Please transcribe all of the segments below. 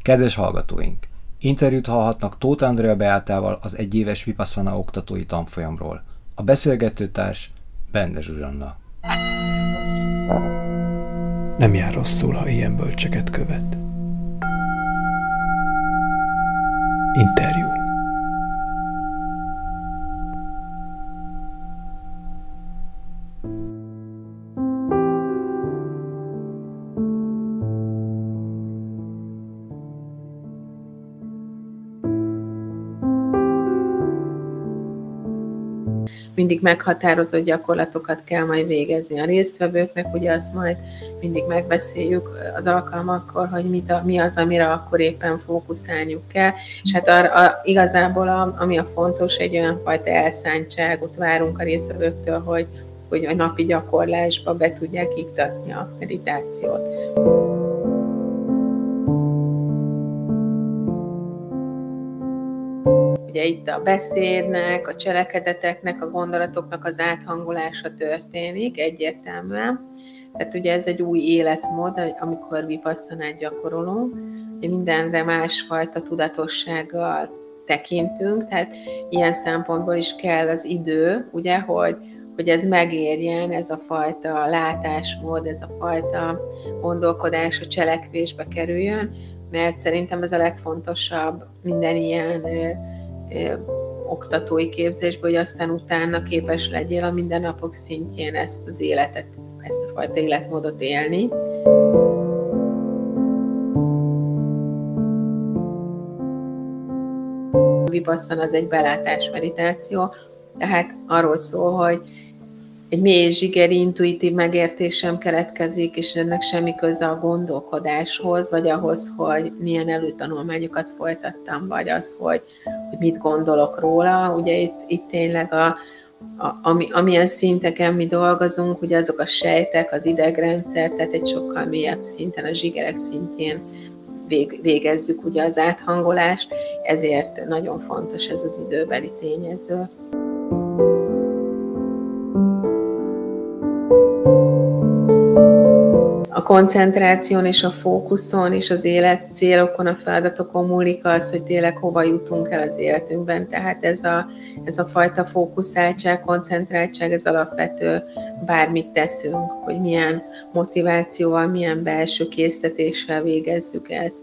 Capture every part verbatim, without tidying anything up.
Kedves hallgatóink! Interjút hallhatnak Tóth Andrea Beátával az egyéves Vipasszana oktatói tanfolyamról. A beszélgetőtárs Bende Zsuzsanna. Nem jár rosszul, ha ilyen bölcseket követ. Interjú. Mindig meghatározott gyakorlatokat kell majd végezni a résztvevőknek, ugye azt majd mindig megbeszéljük az alkalmakkor, hogy mit a, mi az, amire akkor éppen fókuszálniuk kell, és hát a, a, igazából a, ami a fontos, egy olyan fajta elszántságot várunk a résztvevőktől, hogy, hogy a napi gyakorlásba be tudják iktatni a meditációt. Ugye itt a beszédnek, a cselekedeteknek, a gondolatoknak az áthangolása történik egyértelműen. Tehát ugye ez egy új életmód, amikor vipasszanát gyakorolunk, ugye mindenre másfajta tudatossággal tekintünk, tehát ilyen szempontból is kell az idő, ugye, hogy, hogy ez megérjen, ez a fajta látásmód, ez a fajta gondolkodás a cselekvésbe kerüljön, mert szerintem ez a legfontosabb minden ilyen oktatói képzésből, hogy aztán utána képes legyél a mindennapok szintjén ezt az életet, ezt a fajta életmódot élni. A Vipasszana az egy belátás meditáció, tehát arról szól, hogy egy mély zsigeri, intuitív megértésem keletkezik, és ennek semmi köze a gondolkodáshoz, vagy ahhoz, hogy milyen előtanulmányokat folytattam, vagy az, hogy, hogy mit gondolok róla. Ugye itt, itt tényleg a, a, ami, amilyen szinteken mi dolgozunk, ugye azok a sejtek, az idegrendszer, tehát egy sokkal mélyebb szinten, a zsigerek szintjén vég, végezzük ugye az áthangolást, ezért nagyon fontos ez az időbeli tényező. A koncentráción és a fókuszon és az élet célokon, a feladatokon múlik az, hogy tényleg hova jutunk el az életünkben. Tehát ez a, ez a fajta fókuszáltság, koncentráltság, ez alapvető, bármit teszünk, hogy milyen motivációval, milyen belső késztetéssel végezzük ezt.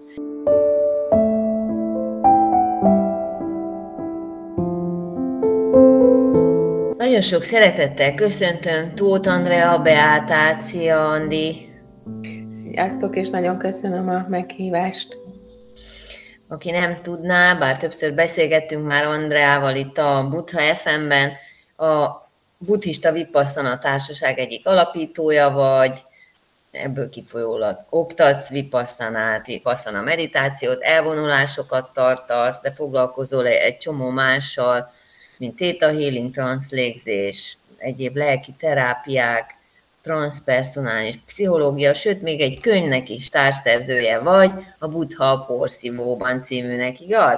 Nagyon sok szeretettel köszöntöm Tóth Andrea Beátát. Szia, Andi! Sziasztok, és nagyon köszönöm a meghívást. Aki nem tudná, bár többször beszélgettünk már Andreával itt a Buddha ef em-ben, a Buddhista Vipasszana Társaság egyik alapítója vagy, ebből kifolyólag oktatsz vipasszanát, vipasszana meditációt, elvonulásokat tartasz, de foglalkozol egy csomó mással, mint theta healing, transzlégzés, egyéb lelki terápiák, transzpersonális pszichológia, sőt, még egy könyvnek is társszerzője vagy, a Buddha a porszívóban címűnek, igaz?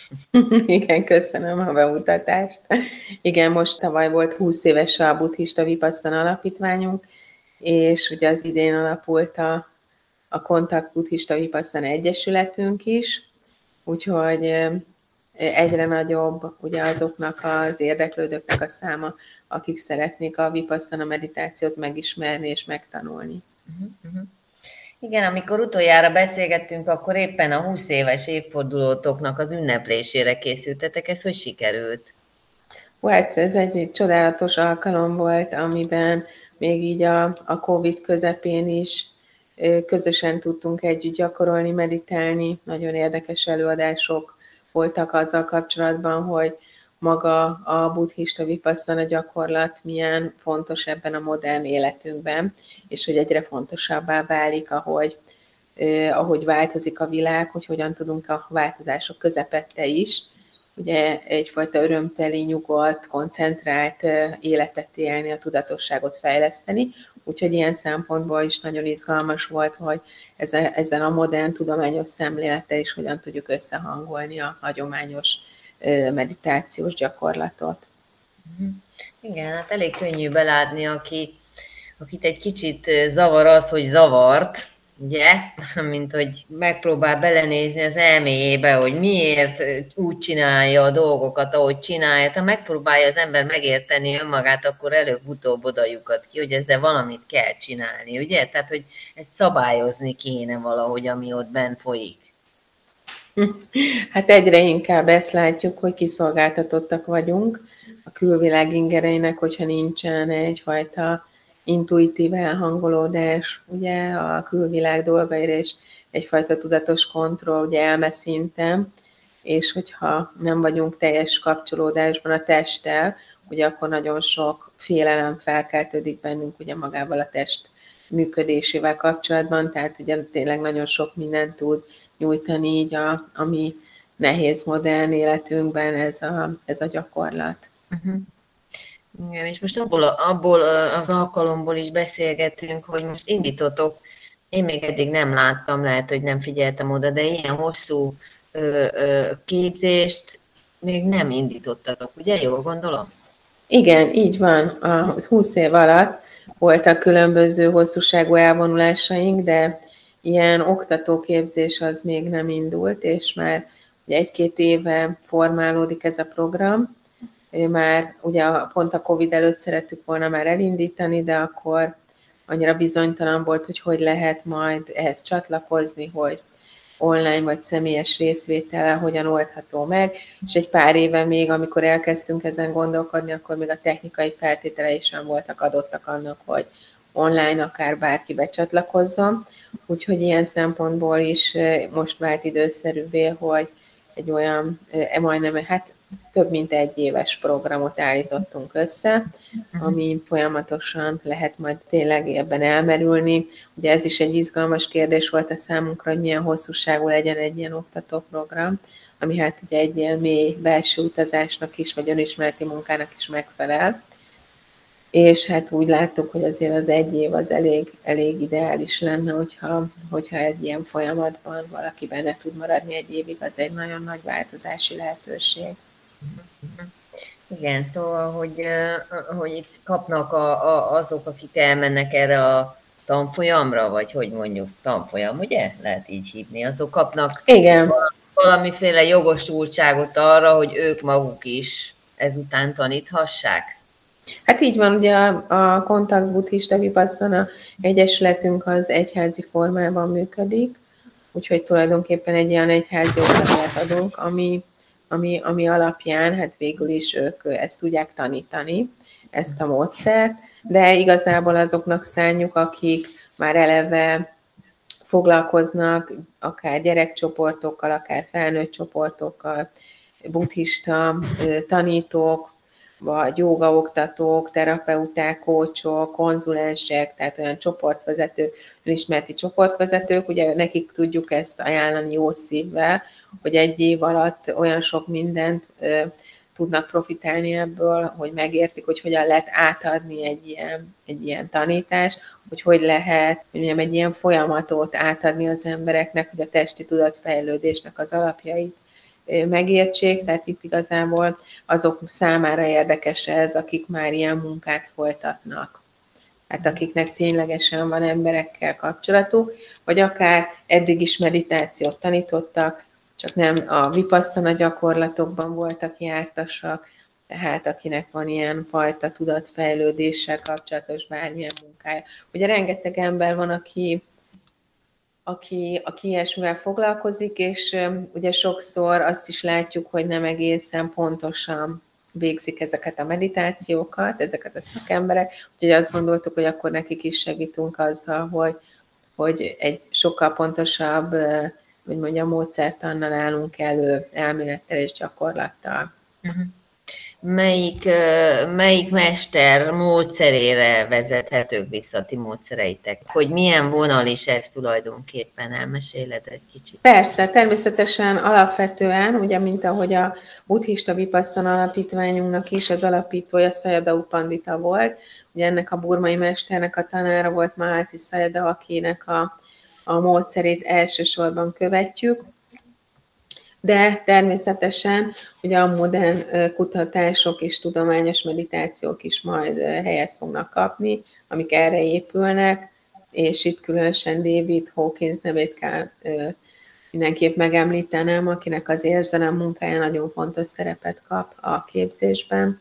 Igen, köszönöm a bemutatást. Igen, most tavaly volt húsz éves a Buddhista Vipasszana alapítványunk, és ugye az idén alapult a, a Kontakt Buddhista Vipasszana Egyesületünk is, úgyhogy egyre nagyobb ugye azoknak az érdeklődőknek a száma, akik szeretnék a vipasszana meditációt megismerni és megtanulni. Uh-huh, uh-huh. Igen, amikor utoljára beszélgettünk, akkor éppen a húsz éves évfordulótoknak az ünneplésére készültetek. Ez hogy sikerült? Hát ez egy csodálatos alkalom volt, amiben még így a, a Covid közepén is közösen tudtunk együtt gyakorolni, meditálni. Nagyon érdekes előadások voltak azzal kapcsolatban, hogy maga a buddhista vipasszana gyakorlat milyen fontos ebben a modern életünkben, és hogy egyre fontosabbá válik, ahogy, eh, ahogy változik a világ, hogy hogyan tudunk a változások közepette is, ugye egyfajta örömteli, nyugodt, koncentrált eh, életet élni, a tudatosságot fejleszteni, úgyhogy ilyen szempontból is nagyon izgalmas volt, hogy ezen a modern tudományos szemlélettel is hogyan tudjuk összehangolni a hagyományos meditációs gyakorlatot. Igen, hát elég könnyű belátni, aki, akit egy kicsit zavar az, hogy zavart, ugye? Mint hogy megpróbál belenézni az elméjébe, hogy miért úgy csinálja a dolgokat, ahogy csinálja. Ha megpróbálja az ember megérteni önmagát, akkor előbb-utóbb oda lyukad ki, hogy ezzel valamit kell csinálni, ugye? Tehát, hogy ezt szabályozni kéne valahogy, ami ott bent folyik. Hát egyre inkább ezt látjuk, hogy kiszolgáltatottak vagyunk a külvilág ingereinek, hogyha nincsen egyfajta intuitív elhangolódás, ugye, a külvilág dolgaira, és egyfajta tudatos kontroll, ugye, elmeszinten, és hogyha nem vagyunk teljes kapcsolódásban a testtel, ugye akkor nagyon sok félelem felkeltődik bennünk, ugye magával a test működésével kapcsolatban, tehát ugye tényleg nagyon sok mindent tud nyújtani így a, ami nehéz modern életünkben ez a, ez a gyakorlat. Uh-huh. Igen, és most abból, abból az alkalomból is beszélgetünk, hogy most indítotok, én még eddig nem láttam, lehet, hogy nem figyeltem oda, de ilyen hosszú ö, ö, képzést még nem indítottatok, ugye? Jól gondolom? Igen, így van. A húsz év alatt voltak különböző hosszúságú elvonulásaink, de ilyen oktatóképzés az még nem indult, és már egy-két éve formálódik ez a program. Már ugye pont a Covid előtt szerettük volna már elindítani, de akkor annyira bizonytalan volt, hogy hogy lehet majd ehhez csatlakozni, hogy online vagy személyes részvétellel hogyan oldható meg, és egy pár éve még, amikor elkezdtünk ezen gondolkodni, akkor még a technikai feltételei sem voltak adottak annak, hogy online akár bárki becsatlakozzon, úgyhogy ilyen szempontból is most vált időszerűvé, hogy egy olyan, majdnem, hát több mint egy éves programot állítottunk össze, ami folyamatosan lehet majd tényleg ebben elmerülni. Ugye ez is egy izgalmas kérdés volt a számunkra, hogy milyen hosszúságú legyen egy ilyen oktatóprogram, ami hát ugye egy ilyen mély belső utazásnak is, vagy önismereti munkának is megfelel. És hát úgy láttuk, hogy azért az egy év az elég, elég ideális lenne, hogyha, hogyha egy ilyen folyamatban valaki benne tud maradni egy évig, az egy nagyon nagy változási lehetőség. Igen, szóval, hogy, hogy itt kapnak a, a, azok, akik elmennek erre a tanfolyamra, vagy hogy mondjuk tanfolyam, ugye? Lehet így hívni, azok kapnak Igen. valamiféle jogosultságot arra, hogy ők maguk is ezután taníthassák. Hát így van, ugye a, a Kontakt Buddhista Vipassana Egyesületünk az egyházi formában működik, úgyhogy tulajdonképpen egy ilyen egyházi oktatást adunk, ami, ami, ami alapján hát végül is ők ezt tudják tanítani, ezt a módszert, de igazából azoknak szánjuk, akik már eleve foglalkoznak akár gyerekcsoportokkal, akár felnőtt csoportokkal, buddhista tanítók, vagy jógaoktatók, terapeuták, kócsok, konzulensek, tehát olyan csoportvezetők, önismereti csoportvezetők, ugye nekik tudjuk ezt ajánlani jó szívvel, hogy egy év alatt olyan sok mindent ö, tudnak profitálni ebből, hogy megértik, hogy hogyan lehet átadni egy ilyen, egy ilyen tanítást, hogy hogy lehet, hogy mondjam, egy ilyen folyamatot átadni az embereknek, hogy a testi tudatfejlődésnek az alapjait megértsék, tehát itt igazából azok számára érdekes ez, akik már ilyen munkát folytatnak. Hát akiknek ténylegesen van emberekkel kapcsolatuk, vagy akár eddig is meditációt tanítottak, csak nem a vipasszana gyakorlatokban voltak jártasak, tehát akinek van ilyen fajta tudatfejlődéssel kapcsolatos bármilyen munkája. Ugye rengeteg ember van, aki Aki, aki ilyesmivel foglalkozik, és ugye sokszor azt is látjuk, hogy nem egészen pontosan végzik ezeket a meditációkat, ezeket a szakemberek, úgyhogy azt gondoltuk, hogy akkor nekik is segítünk azzal, hogy, hogy egy sokkal pontosabb, hogy mondjam, módszertannal állunk elő, elmélettel és gyakorlattal. Uh-huh. Melyik, melyik mester módszerére vezethetők vissza ti módszereitek? Hogy milyen vonal is ez tulajdonképpen? Elmeséled egy kicsit? Persze, természetesen alapvetően, ugye, mint ahogy a Buddhista Vipassana alapítványunknak is az alapítója Sayadaw U Pandita volt, ugye ennek a burmai mesternek a tanára volt Mahasi Sayadaw, akinek a, a módszerét elsősorban követjük. De természetesen ugye a modern kutatások és tudományos meditációk is majd helyet fognak kapni, amik erre épülnek. és itt különösen David Hawkins nevét kell mindenképp megemlítenem, akinek az érzelem munkája nagyon fontos szerepet kap a képzésben,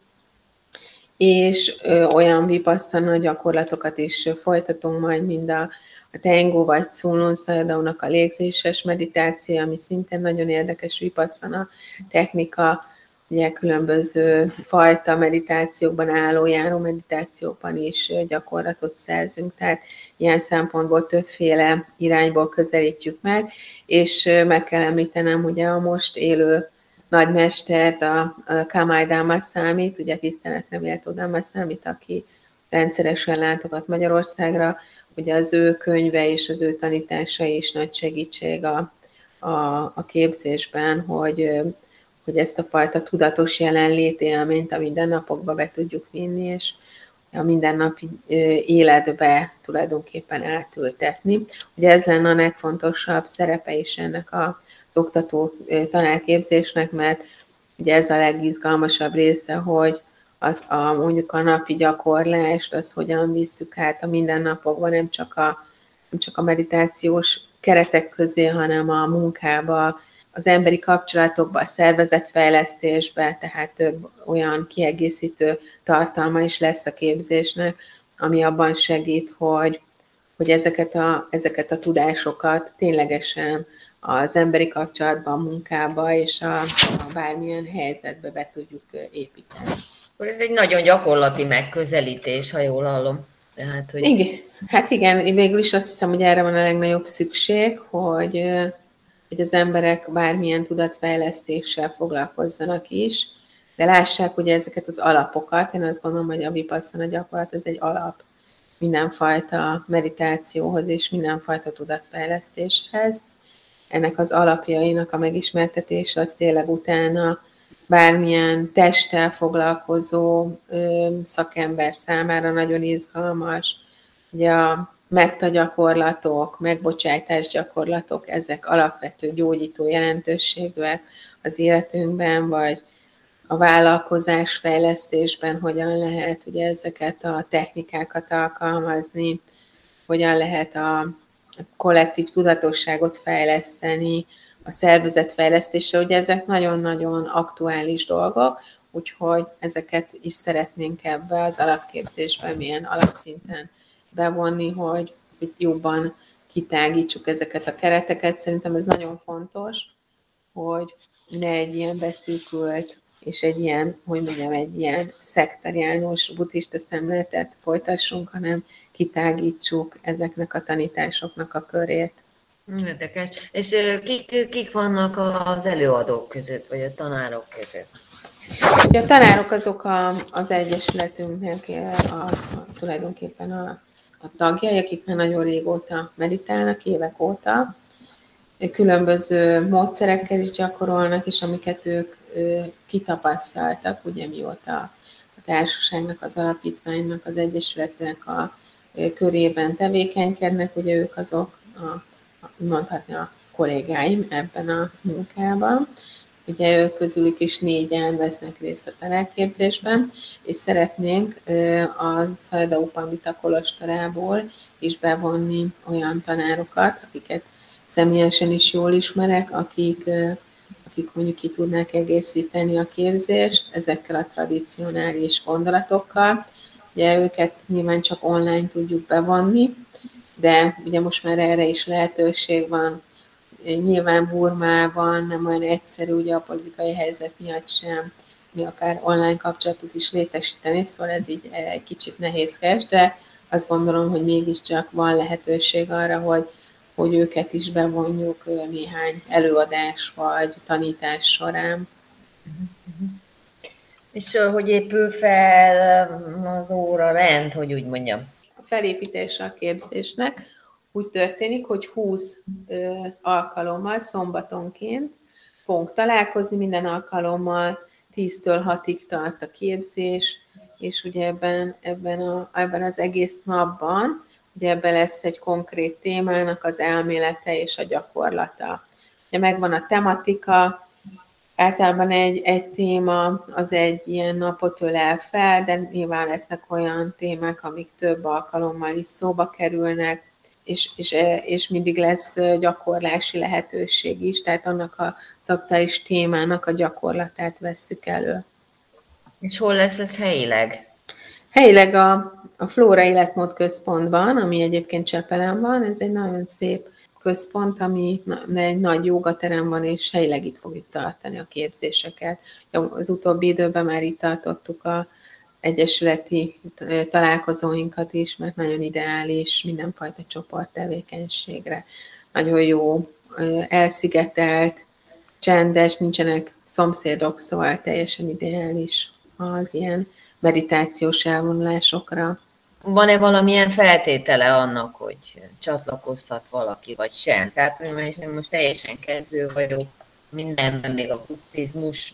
és olyan vipasszana gyakorlatokat is folytatunk majd, mind a, a Tango vagy Sunlun Sayadaw-nak a légzéses meditáció, ami szintén nagyon érdekes vipasszana technika, ugye különböző fajta meditációkban, állójáró meditációkban is gyakorlatot szerzünk, tehát ilyen szempontból többféle irányból közelítjük meg, és meg kell említenem ugye a most élő nagymestert, a Kamai Dhammasamit, ugye tiszteletre méltó Dhammasamit, aki rendszeresen látogat Magyarországra, ugye az ő könyve és az ő tanításai is nagy segítség a, a, a képzésben, hogy, hogy ezt a fajta tudatos jelenlét élményt a mindennapokba be tudjuk vinni, és a mindennapi életbe tulajdonképpen átültetni. Ugye ez lenne a legfontosabb szerepe is ennek az oktató tanárképzésnek, mert ugye ez a legizgalmasabb része, hogy az a, mondjuk a napi gyakorlást, az hogyan visszük át a mindennapokban, nem csak a, nem csak a meditációs keretek közé, hanem a munkába, az emberi kapcsolatokba, a szervezetfejlesztésbe, tehát több olyan kiegészítő tartalma is lesz a képzésnek, ami abban segít, hogy, hogy ezeket, a, ezeket a tudásokat ténylegesen az emberi kapcsolatban, a munkába és a, a bármilyen helyzetbe be tudjuk építeni. Ez egy nagyon gyakorlati megközelítés, ha jól hallom. Tehát, hogy... Igen, hát igen, végül is azt hiszem, hogy erre van a legnagyobb szükség, hogy, hogy az emberek bármilyen tudatfejlesztéssel foglalkozzanak is, de lássák ugye ezeket az alapokat. Én azt gondolom, hogy a vipasszana gyakorlat ez egy alap mindenfajta meditációhoz és mindenfajta tudatfejlesztéshez. Ennek az alapjainak a megismertetése az tényleg utána bármilyen testtel foglalkozó ö, szakember számára nagyon izgalmas. Ugye a metta gyakorlatok, megbocsájtás gyakorlatok, ezek alapvető gyógyító jelentőségűek az életünkben, vagy a vállalkozás fejlesztésben hogyan lehet ugye ezeket a technikákat alkalmazni, hogyan lehet a kollektív tudatosságot fejleszteni, a szervezetfejlesztésre, ugye ezek nagyon-nagyon aktuális dolgok, úgyhogy ezeket is szeretnénk ebbe az alapképzésben milyen alapszinten bevonni, hogy jobban kitágítsuk ezeket a kereteket. Szerintem ez nagyon fontos, hogy ne egy ilyen beszűkült és egy ilyen, hogy mondjam, egy ilyen szektariánus buddhista szemléletet folytassunk, hanem kitágítsuk ezeknek a tanításoknak a körét. Érdekes. És kik, kik vannak az előadók között, vagy a tanárok között? A tanárok azok a, az egyesületünknek a, a, tulajdonképpen a, a tagjai, akik már nagyon régóta meditálnak, évek óta. Különböző módszerekkel is gyakorolnak, és amiket ők kitapasztaltak, ugye mióta a társaságnak, az alapítványnak, az egyesületnek a körében tevékenykednek, ugye ők azok a, mondhatni a kollégáim ebben a munkában. Ugye ők közülük is négyen vesznek részt a tanárképzésben, és szeretnénk a Sayadaw Pambita kolostorából is bevonni olyan tanárokat, akiket személyesen is jól ismerek, akik, akik mondjuk ki tudnák egészíteni a képzést ezekkel a tradicionális gondolatokkal. Ugye őket nyilván csak online tudjuk bevonni, de ugye most már erre is lehetőség van. Nyilván Burmában nem olyan egyszerű, ugye a politikai helyzet miatt sem, mi akár online kapcsolatot is létesíteni, szóval ez így egy kicsit nehézkes, de azt gondolom, hogy mégiscsak van lehetőség arra, hogy, hogy őket is bevonjuk néhány előadás vagy tanítás során. És hogy épül fel az óra rend, hogy úgy mondjam? A felépítése a képzésnek úgy történik, hogy húsz ö, alkalommal szombatonként fogunk találkozni, minden alkalommal tíztől hatig tart a képzés, és ugye ebben, ebben, a, ebben az egész napban, ugye ebben lesz egy konkrét témának az elmélete és a gyakorlata. Ugye megvan a tematika, általában egy, egy téma az egy ilyen napot ölel fel, de nyilván lesznek olyan témák, amik több alkalommal is szóba kerülnek. és, és, és mindig lesz gyakorlási lehetőség is, tehát annak a aktuális témának a gyakorlatát vesszük elő. És hol lesz ez helyileg? Helyileg a, a Flóra Életmód Központban, ami egyébként Csepelen van, ez egy nagyon szép központ, ami egy nagy jogaterem van, és helyileg itt fogjuk tartani a képzéseket. Az utóbbi időben már itt tartottuk a egyesületi találkozóinkat is, mert nagyon ideális mindenfajta csoporttevékenységre. Nagyon jó, elszigetelt, csendes, nincsenek szomszédok, szóval teljesen ideális az ilyen meditációs elvonulásokra. Van-e valamilyen feltétele annak, hogy csatlakozhat valaki, vagy sem? Tehát, hogy most teljesen kezdő vagyok mindenben, még a buddhizmus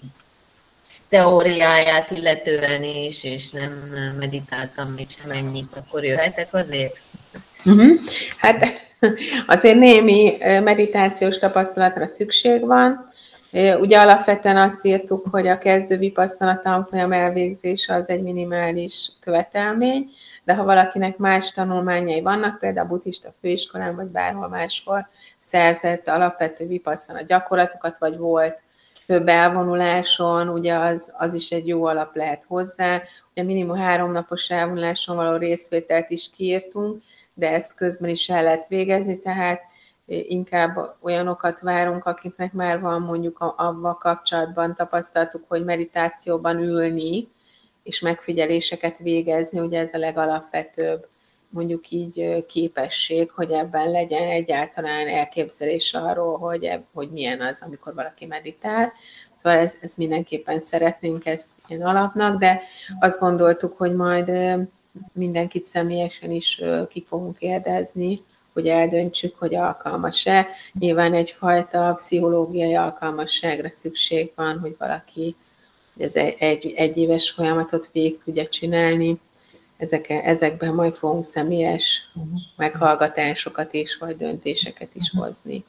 teóriáját illetően is, és nem meditáltam még sem ennyit, akkor jöhetek azért? Uh-huh. Hát azért némi meditációs tapasztalatra szükség van. Ugye alapvetően azt írtuk, hogy a kezdő vipasszana tanfolyam elvégzése az egy minimális követelmény, de ha valakinek más tanulmányai vannak, például a buddhista főiskolán, vagy bárhol máshol szerzett alapvető vipasszana gyakorlatokat, vagy volt több elvonuláson, ugye az, az is egy jó alap lehet hozzá. Ugye minimum három napos elvonuláson való részvételt is kiírtunk, de ezt közben is el lehet végezni, tehát inkább olyanokat várunk, akiknek már van mondjuk avval kapcsolatban tapasztaltuk, hogy meditációban ülni, és megfigyeléseket végezni, ugye ez a legalapvetőbb mondjuk így képesség, hogy ebben legyen egyáltalán elképzelés arról, hogy, eb, hogy milyen az, amikor valaki meditál. Szóval ez, ez mindenképpen szeretnénk ezt ilyen alapnak, de azt gondoltuk, hogy majd mindenkit személyesen is ki fogunk kérdezni, hogy eldöntsük, hogy alkalmas-e. Nyilván egyfajta pszichológiai alkalmasságra szükség van, hogy valaki ez egy, egy éves folyamatot végig tudja csinálni. Ezek, ezekben majd fogunk személyes meghallgatásokat is, vagy döntéseket is hozni.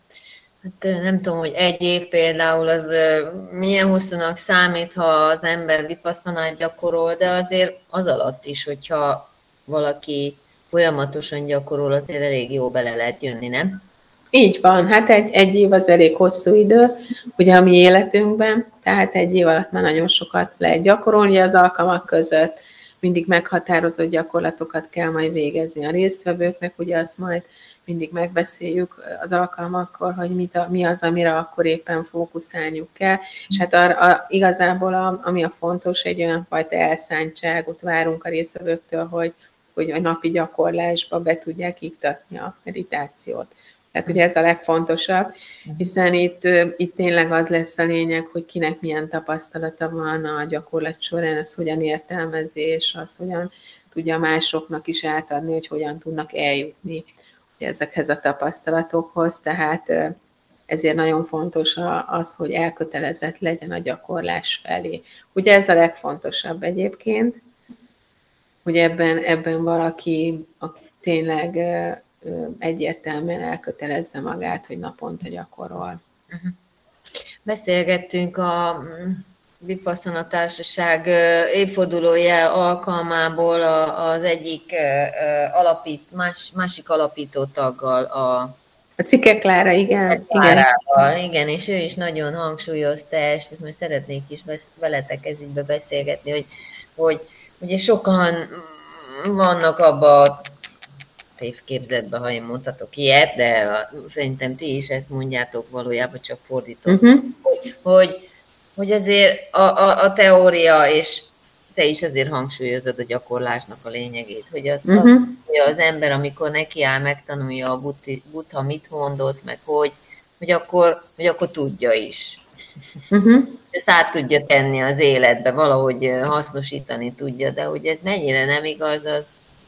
Hát nem tudom, hogy egy év például az milyen hosszúnak számít, ha az ember vipasszanát gyakorol, de azért az alatt is, hogyha valaki folyamatosan gyakorol, azért elég jó bele lehet jönni, nem? Így van, hát egy, egy év az elég hosszú idő, ugye a mi életünkben, tehát egy év alatt már nagyon sokat lehet gyakorolni az alkalmak között, mindig meghatározott gyakorlatokat kell majd végezni a résztvevőknek, ugye azt majd mindig megbeszéljük az alkalmakkor, hogy mit a, mi az, amire akkor éppen fókuszálniuk kell, és hát a, a, igazából a, ami a fontos, egy olyan fajta elszántságot várunk a résztvevőktől, hogy, hogy a napi gyakorlásba be tudják iktatni a meditációt. Tehát ugye ez a legfontosabb, hiszen itt, itt tényleg az lesz a lényeg, hogy kinek milyen tapasztalata van a gyakorlat során, ez hogyan értelmezi, és az hogyan tudja másoknak is átadni, hogy hogyan tudnak eljutni ezekhez a tapasztalatokhoz. Tehát ezért nagyon fontos az, hogy elkötelezett legyen a gyakorlás felé. Ugye ez a legfontosabb egyébként, hogy ebben, ebben valaki tényleg egyértelműen elkötelezze magát, hogy naponta gyakorol. Beszélgettünk a Vipasszana Társaság évfordulója alkalmából az egyik alapít, más, másik alapító taggal, a A Cike Klára, igen. Klárával, igen. igen, és ő is nagyon hangsúlyozta, és most szeretnék is veletek ezügybe beszélgetni, hogy, hogy ugye sokan vannak abban a tévképzetben, ha én mondhatok ilyet, de szerintem ti is ezt mondjátok, valójában csak fordítom, uh-huh. hogy, hogy, hogy azért a, a, a teória, és te is azért hangsúlyozod a gyakorlásnak a lényegét, hogy az, uh-huh. az, hogy az ember, amikor nekiáll, megtanulja a Buddha mit mondott, meg hogy, hogy, akkor, hogy akkor tudja is. Uh-huh. Ezt át tudja tenni az életbe, valahogy hasznosítani tudja, de hogy ez mennyire nem igaz, az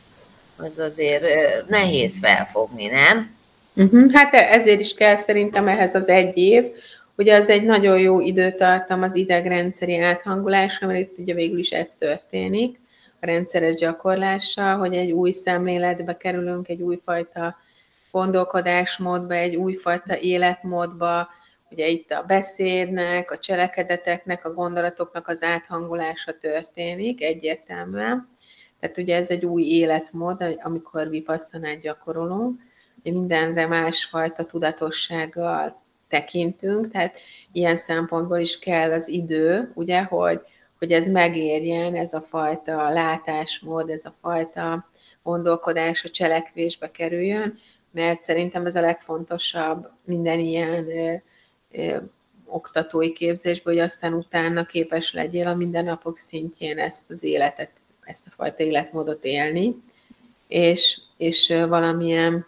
az azért nehéz felfogni, nem? Uh-huh. Hát ezért is kell szerintem ehhez az egy év. Ugye az egy nagyon jó időtartam az idegrendszeri áthangolásra, mert itt ugye végül is ez történik a rendszeres gyakorlással, hogy egy új szemléletbe kerülünk, egy újfajta gondolkodásmódba, egy újfajta életmódba, ugye itt a beszédnek, a cselekedeteknek, a gondolatoknak az áthangolása történik egyértelműen. Tehát ugye ez egy új életmód, amikor vipasszanát gyakorolunk, hogy mindenre másfajta tudatossággal tekintünk, tehát ilyen szempontból is kell az idő, ugye, hogy, hogy ez megérjen, ez a fajta látásmód, ez a fajta gondolkodás a cselekvésbe kerüljön, mert szerintem ez a legfontosabb minden ilyen ö, ö, oktatói képzésből, hogy aztán utána képes legyél a mindennapok szintjén ezt az életet, ezt a fajta életmódot élni, és, és valamilyen,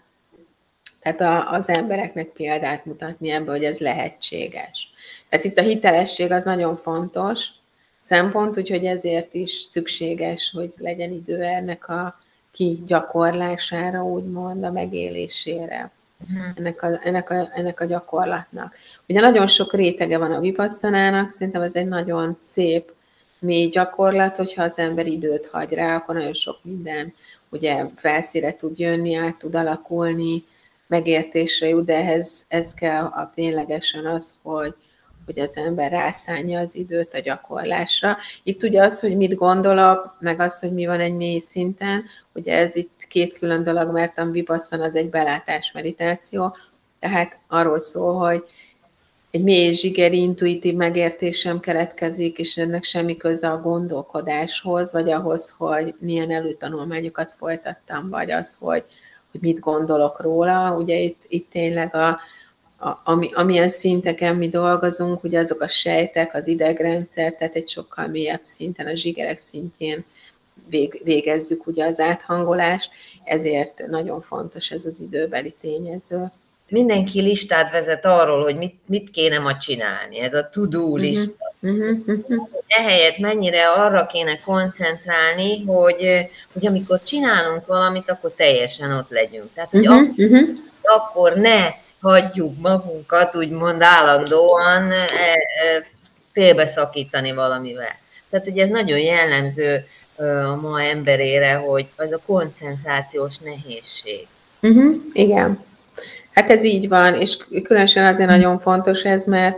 tehát a, az embereknek példát mutatni ebből, hogy ez lehetséges. Tehát itt a hitelesség az nagyon fontos szempont, úgyhogy ezért is szükséges, hogy legyen idő ennek a kigyakorlására, úgymond a megélésére, ennek a, ennek a, ennek a gyakorlatnak. Ugye nagyon sok rétege van a vipassanának, szerintem ez egy nagyon szép, mély gyakorlat, hogyha az ember időt hagy rá, akkor nagyon sok minden ugye felszíre tud jönni, át tud alakulni, megértésre jut, de ehhez ez kell a ténylegesen az, hogy, hogy az ember rászánja az időt a gyakorlásra. Itt ugye az, hogy mit gondolok, meg az, hogy mi van egy mély szinten, ugye ez itt két külön dolog, mert a vipasszana az egy belátás meditáció, tehát arról szól, hogy egy mély zsigeri, intuitív megértésem keletkezik, és ennek semmi köze a gondolkodáshoz, vagy ahhoz, hogy milyen előtanulmányokat folytattam, vagy az, hogy, hogy mit gondolok róla. Ugye itt, itt tényleg a, a, ami, amilyen szinteken mi dolgozunk, ugye azok a sejtek, az idegrendszer, tehát egy sokkal mélyebb szinten, a zsigerek szintjén vég, végezzük ugye az áthangolást, ezért nagyon fontos ez az időbeli tényező. Mindenki listát vezet arról, hogy mit, mit kéne ma csinálni, ez a to-do lista. Uh-huh. Uh-huh. Ehelyett mennyire arra kéne koncentrálni, hogy, hogy amikor csinálunk valamit, akkor teljesen ott legyünk. Tehát, hogy uh-huh. akkor, uh-huh. akkor ne hagyjuk magunkat, úgymond állandóan e, e, félbeszakítani valamivel. Tehát ugye ez nagyon jellemző a ma emberére, hogy az a koncentrációs nehézség. Uh-huh. Igen. Hát ez így van, és különösen azért nagyon fontos ez, mert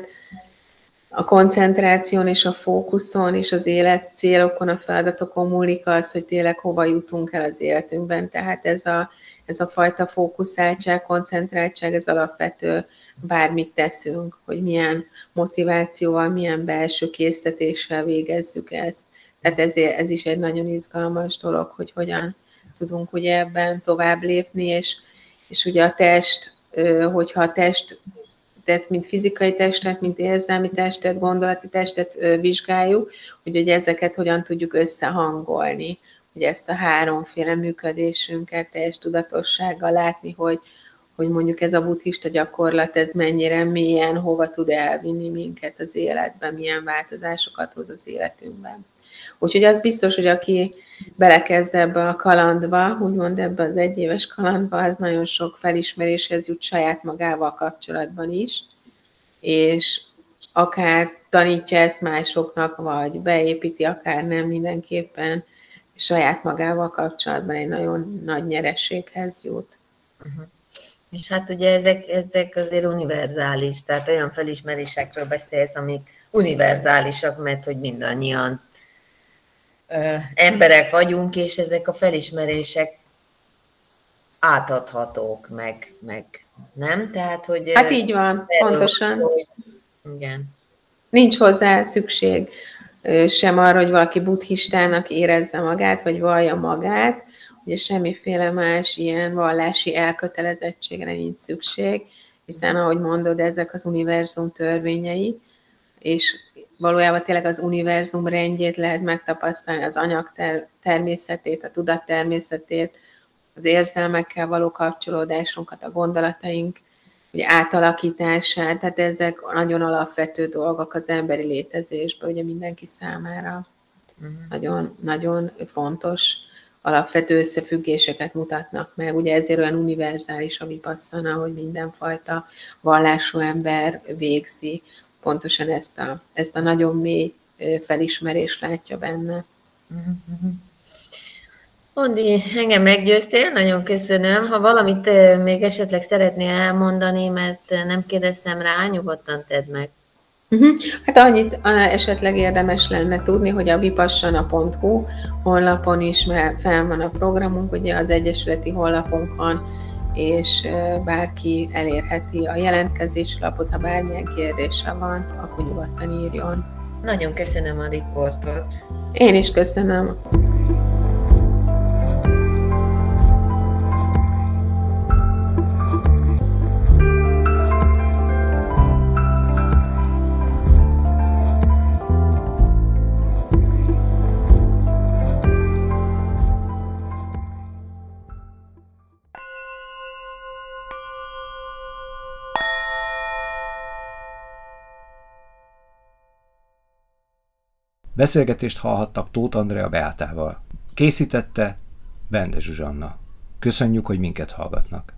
a koncentráción és a fókuszon és az életcélokon, a feladatokon múlik az, hogy tényleg hova jutunk el az életünkben. Tehát ez a, ez a fajta fókuszáltság, koncentráltság, ez alapvető, bármit teszünk, hogy milyen motivációval, milyen belső késztetéssel végezzük ezt. Tehát ezért, ez is egy nagyon izgalmas dolog, hogy hogyan tudunk ugye ebben tovább lépni, és, és ugye a test, hogyha a test, tehát mint fizikai testet, mint érzelmi testet, gondolati testet vizsgáljuk, hogy ugye ezeket hogyan tudjuk összehangolni, hogy ezt a háromféle működésünket teljes tudatossággal látni, hogy, hogy mondjuk ez a buddhista gyakorlat, ez mennyire mélyen, hova tud elvinni minket az életben, milyen változásokat hoz az életünkben. Úgyhogy az biztos, hogy aki belekezd ebbe a kalandba, úgymond ebbe az egyéves kalandba, az nagyon sok felismeréshez jut saját magával kapcsolatban is, és akár tanítja ezt másoknak, vagy beépíti, akár nem, mindenképpen saját magával kapcsolatban egy nagyon nagy nyerességhez jut. Uh-huh. És hát ugye ezek, ezek azért univerzális, tehát olyan felismerésekről beszélsz, amik univerzálisak, mert hogy mindannyian ö, emberek vagyunk, és ezek a felismerések átadhatók, meg, meg nem? Tehát, hogy... Hát így van, pontosan. Hogy, igen. Nincs hozzá szükség sem arra, hogy valaki buddhistának érezze magát, vagy vallja magát, ugye semmiféle más ilyen vallási elkötelezettségre nincs szükség, hiszen ahogy mondod, ezek az univerzum törvényei, és valójában tényleg az univerzum rendjét lehet megtapasztalni, az anyag ter- természetét, a tudat természetét, az érzelmekkel való kapcsolódásunkat, a gondolataink ugye átalakítását, tehát ezek nagyon alapvető dolgok az emberi létezésben, ugye mindenki számára uh-huh. nagyon, nagyon fontos alapvető összefüggéseket mutatnak meg. Ugye ezért olyan univerzális a vipasszana, hogy mindenfajta vallású ember végzi, pontosan ezt a, ezt a nagyon mély felismerést látja benne. Uh-huh. Andi, engem meggyőztél, nagyon köszönöm. Ha valamit még esetleg szeretnél elmondani, mert nem kérdeztem rá, nyugodtan tedd meg. Uh-huh. Hát annyit esetleg érdemes lenne tudni, hogy a vipassana pont hu honlapon is fel van a programunk, ugye az egyesületi honlapunkon, és bárki elérheti a jelentkezés lapot, ha bármilyen kérdése van, akkor nyugodtan írjon. Nagyon köszönöm a riportot. Én is köszönöm. Beszélgetést hallhattak Tóth Andrea Beátával. Készítette Bende Zsuzsanna. Köszönjük, hogy minket hallgatnak.